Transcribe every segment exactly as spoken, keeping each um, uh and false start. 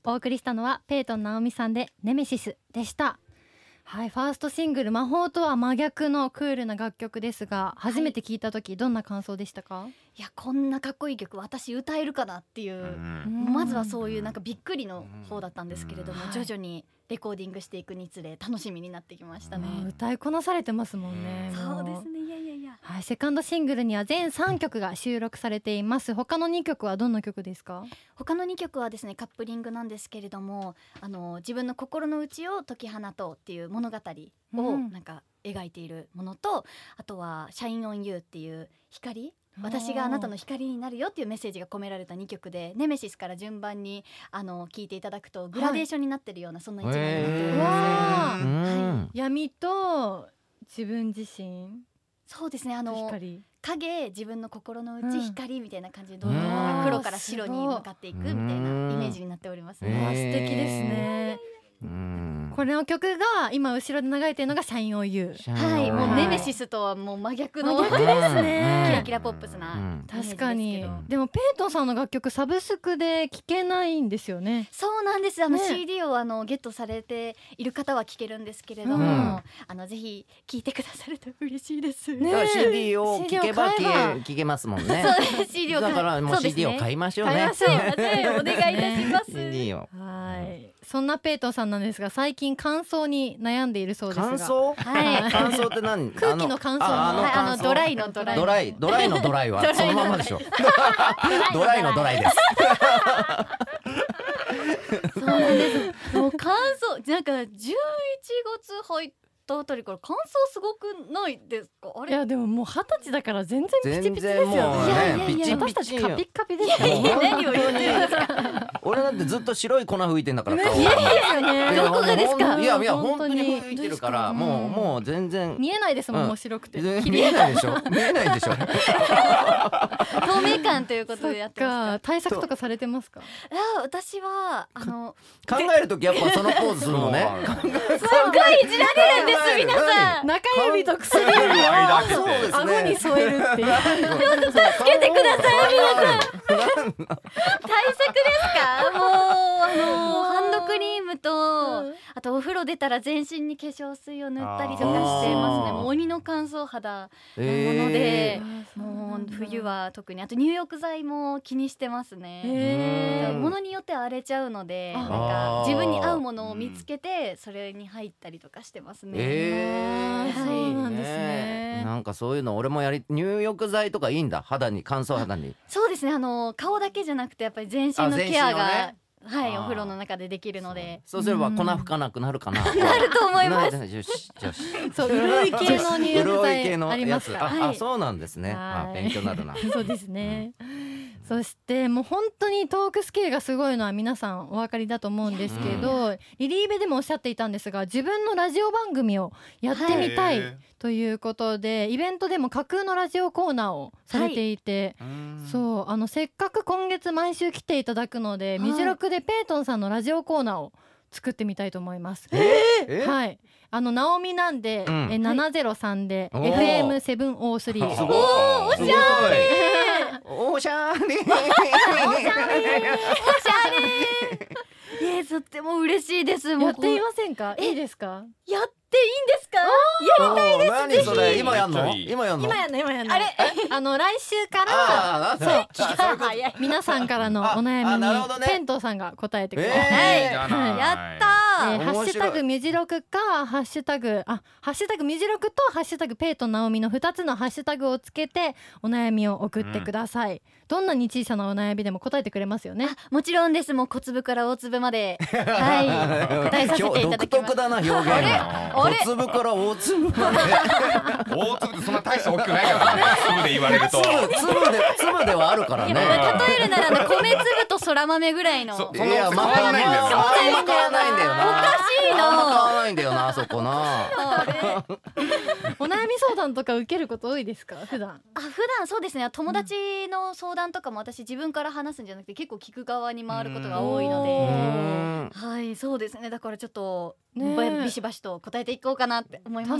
お送りしたのはペイトン直美さんでネメシスでした。はい、ファーストシングル魔法とは真逆のクールな楽曲ですが、初めて聞いた時どんな感想でしたか？ いや、こんなかっこいい曲私歌えるかなっていう、うん、まずはそういうなんかびっくりの方だったんですけれども、うん、徐々にレコーディングしていくにつれ楽しみになってきましたね。 歌いこなされてますもんね。 そうですね。いやいやいや、 はい、セカンドシングルには全さんきょくが収録されています。他のにきょくはどんな曲ですか？ 他のにきょくはですね、カップリングなんですけれども、あの自分の心の内を解き放とうっていう物語をなんか描いているものと、うん、あとはシャインオンユーっていう光、私があなたの光になるよっていうメッセージが込められたにきょくで、ネメシスから順番にあの聴いていただくとグラデーションになってるような、はい、そんな一枚になっております、はい、 闇と自分自身、 そうですね、あの光、 影、自分の心の内、うん、光みたいな感じでどんどん黒から白に向かっていくみたいなイメージになっておりますね。 素敵ですね。うん、これの曲が今後ろで流れてるのがシャインオンユー。 はい、もうネメシスとはもう真逆の真逆ですね。 キラキラポップスな、うん、 確かに。でもペイトンさんの楽曲サブスクで聴けないんですよね。 そうなんです。あの、ね、シーディー をあのゲットされている方は聴けるんですけれども、うん、あのぜひ聴いてくださると嬉しいですね。 だから シーディー を聴けば聴けますもんね。 そうです、シーディー をだからもう シーディー を買いましょうね。 買いましょう。お願いいたします。 シーディー を。 はい。そんなペイトンさんなんですが、最近乾燥に悩んでいるそうですが。 乾燥？はい。乾燥って何？ 空気の乾燥。 あのドライのドライ。 ドライドライのドライはそのままでしょ。ドライのドライです。 そうなんです。もう乾燥、なんかじゅういちがつ入ったあたりから乾燥すごくないですか？あれ？ いやでももう二十歳だから全然ピチピチですよね。いやいやいや、 私たちカピッカピですから。 いやいや、何を言ってるんですか？ 俺だってずっと白い粉吹いてんだから。 いやいやいや、どこがですか？ いやいや、本当に吹いてるから、もうもう全然見えないですもん、もう白くて。 見えないでしょ。見えないでしょ。 透明感ということでやってますか？ 対策とかされてますか？ いや、私はあの考えるときやっぱそのポーズするのね。 すごいいじられるんです、皆さん。 中指と薬指を顎に添えるっていう。 助けてください、皆さん。対策ですか？もうあのハンドクリームと、あとお風呂出たら全身に化粧水を塗ったりとかしてますね。もう鬼の乾燥肌なもので、もう冬は特に、あと入浴剤も気にしてますね。ものによっては荒れちゃうので、なんか自分に合うものを見つけてそれに入ったりとかしてますね。 えー、 そうなんですね。 なんかそういうの俺もやり、入浴剤とかいいんだ、肌に、乾燥肌に。 そうですね、あの顔だけじゃなくてやっぱり全身のケアが、はい、お風呂の中でできるので、 そうすれば粉吹かなくなるかな。なると思います。 よしよし。 そう、潤い系の入浴剤ありますから。 あ、そうなんですね。あ、勉強になるな。 そうですね。そしてもう本当にトークスキルがすごいのは皆さんお分かりだと思うんですけど、リリーベでもおっしゃっていたんですが、自分のラジオ番組をやってみたいということで、イベントでも架空のラジオコーナーをされていて、そう、あのせっかく今月毎週来ていただくので、ミジロクでペイトンさんのラジオコーナーを作ってみたいと思います。 えー、 はい、あのナオミなんで、うん、えななぜろさんで エフエムセブンオースリー。おー、おしゃれおしゃれおしゃれおしゃれえー、とっても嬉しいです。 やってみませんか？いいですか？ やっていいんですか？やりたいです。 何それ、今やんの？今やんの？ 今やんの今やんの。 あれ、 あの来週からそう皆さんからのお悩みにペントさんが答えてください。 やったー。 ハッシュタグミュジロクかハッシュタグあハッシュタグミュジロクとハッシュタグペイトンナオミのふたつのハッシュタグをつけてお悩みを送ってください。うん、どんなに小さなお悩みでも答えてくれますよね。 もちろんです。もう小粒から大粒まではい答えさせていただきます。 独特だな表現。小粒から大粒まで。 大粒ってそんな大して大きくないからね。粒で言われると。 粒で粒ではあるからね。 例えるなら米粒とそら豆ぐらいの。 そそんな変わらないんだよ。 変わらないんだよな。 おかしいな。 変わらないんだよな、あそこな。 お悩み相談とか受けること多いですか？普段。 あ、普段そうですね。友達の相談とかも私自分から話すんじゃなくて結構聞く側に回ることが多いので、はい、そうですね。だからちょっとビシバシと答えていこうかなって思います。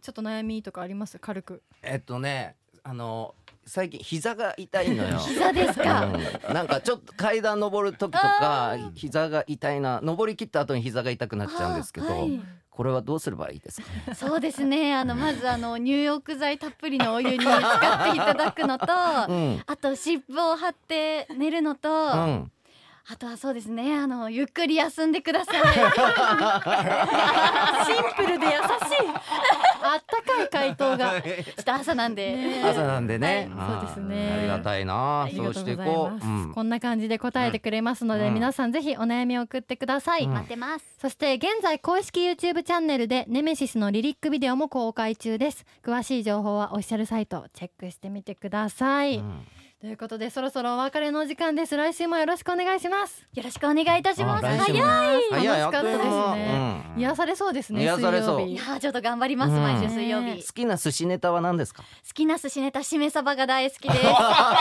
頼もしいですね。松川さんなんかちょっと悩みとかあります？軽く。 えっとね、あの最近膝が痛いのよ。 膝ですか。 うん、なんかちょっと階段登る時とか膝が痛いな、登り切った後に膝が痛くなっちゃうんですけど、 はい、 これはどうすればいいですかね。 そうですね、あのまずあの入浴剤たっぷりのお湯に使っていただくのと、うん、あと湿布を貼って寝るのと、うん、あとはそうですね、あのゆっくり休んでください。シンプルで優しい。あったかい回答が。 ちょっと朝なんで、 ね、朝なんでね、 はい、そうですね。 ありがたいな。そうしてこう、 うん、こんな感じで答えてくれますので、うん、皆さんぜひお悩みを送ってください、 うん、待ってます。 そして現在公式 YouTube チャンネルでネメシスのリリックビデオも公開中です。詳しい情報はオフィシャルサイトをチェックしてみてください、うん、ということでそろそろお別れのお時間です。来週もよろしくお願いします。 よろしくお願いいたします。早い、 楽しかったですね、うん、癒されそうですね。 癒されそう。 いやちょっと頑張ります、うん、毎週水曜日。 好きな寿司ネタは何ですか？ 好きな寿司ネタ、しめ鯖が大好きです。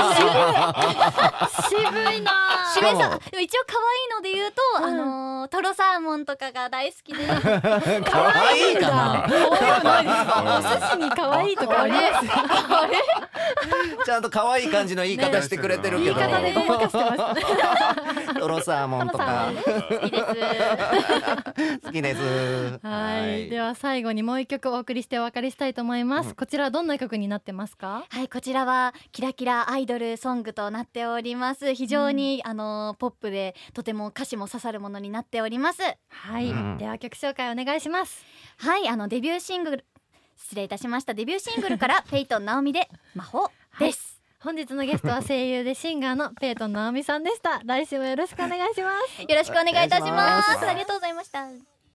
渋いな。 しめ鯖、一応可愛いので言うと、うん、あのー、トロサーモンとかが大好きです。 可愛いかな。 お寿司に可愛いとかありますか？あれちゃんと可愛い感じの言い方してくれてるけど、 言い方でごまかしてます。 トロサーモンとか好きです。 好きです。 はい、では最後にもう一曲お送りしてお別れしたいと思います、うん、こちらどんな曲になってますか？ はい、こちらはキラキラアイドルソングとなっております。非常に、うん、あのポップでとても歌詞も刺さるものになっております。 はい、うん、では曲紹介お願いします。 はい、あのデビューシングル失礼いたしましたデビューシングルからペイトン直美で魔法です、 はい、本日のゲストは声優でシンガーのペイトン直美さんでした。来週もよろしくお願いします。 よろしくお願いいたします。ありがとうございました。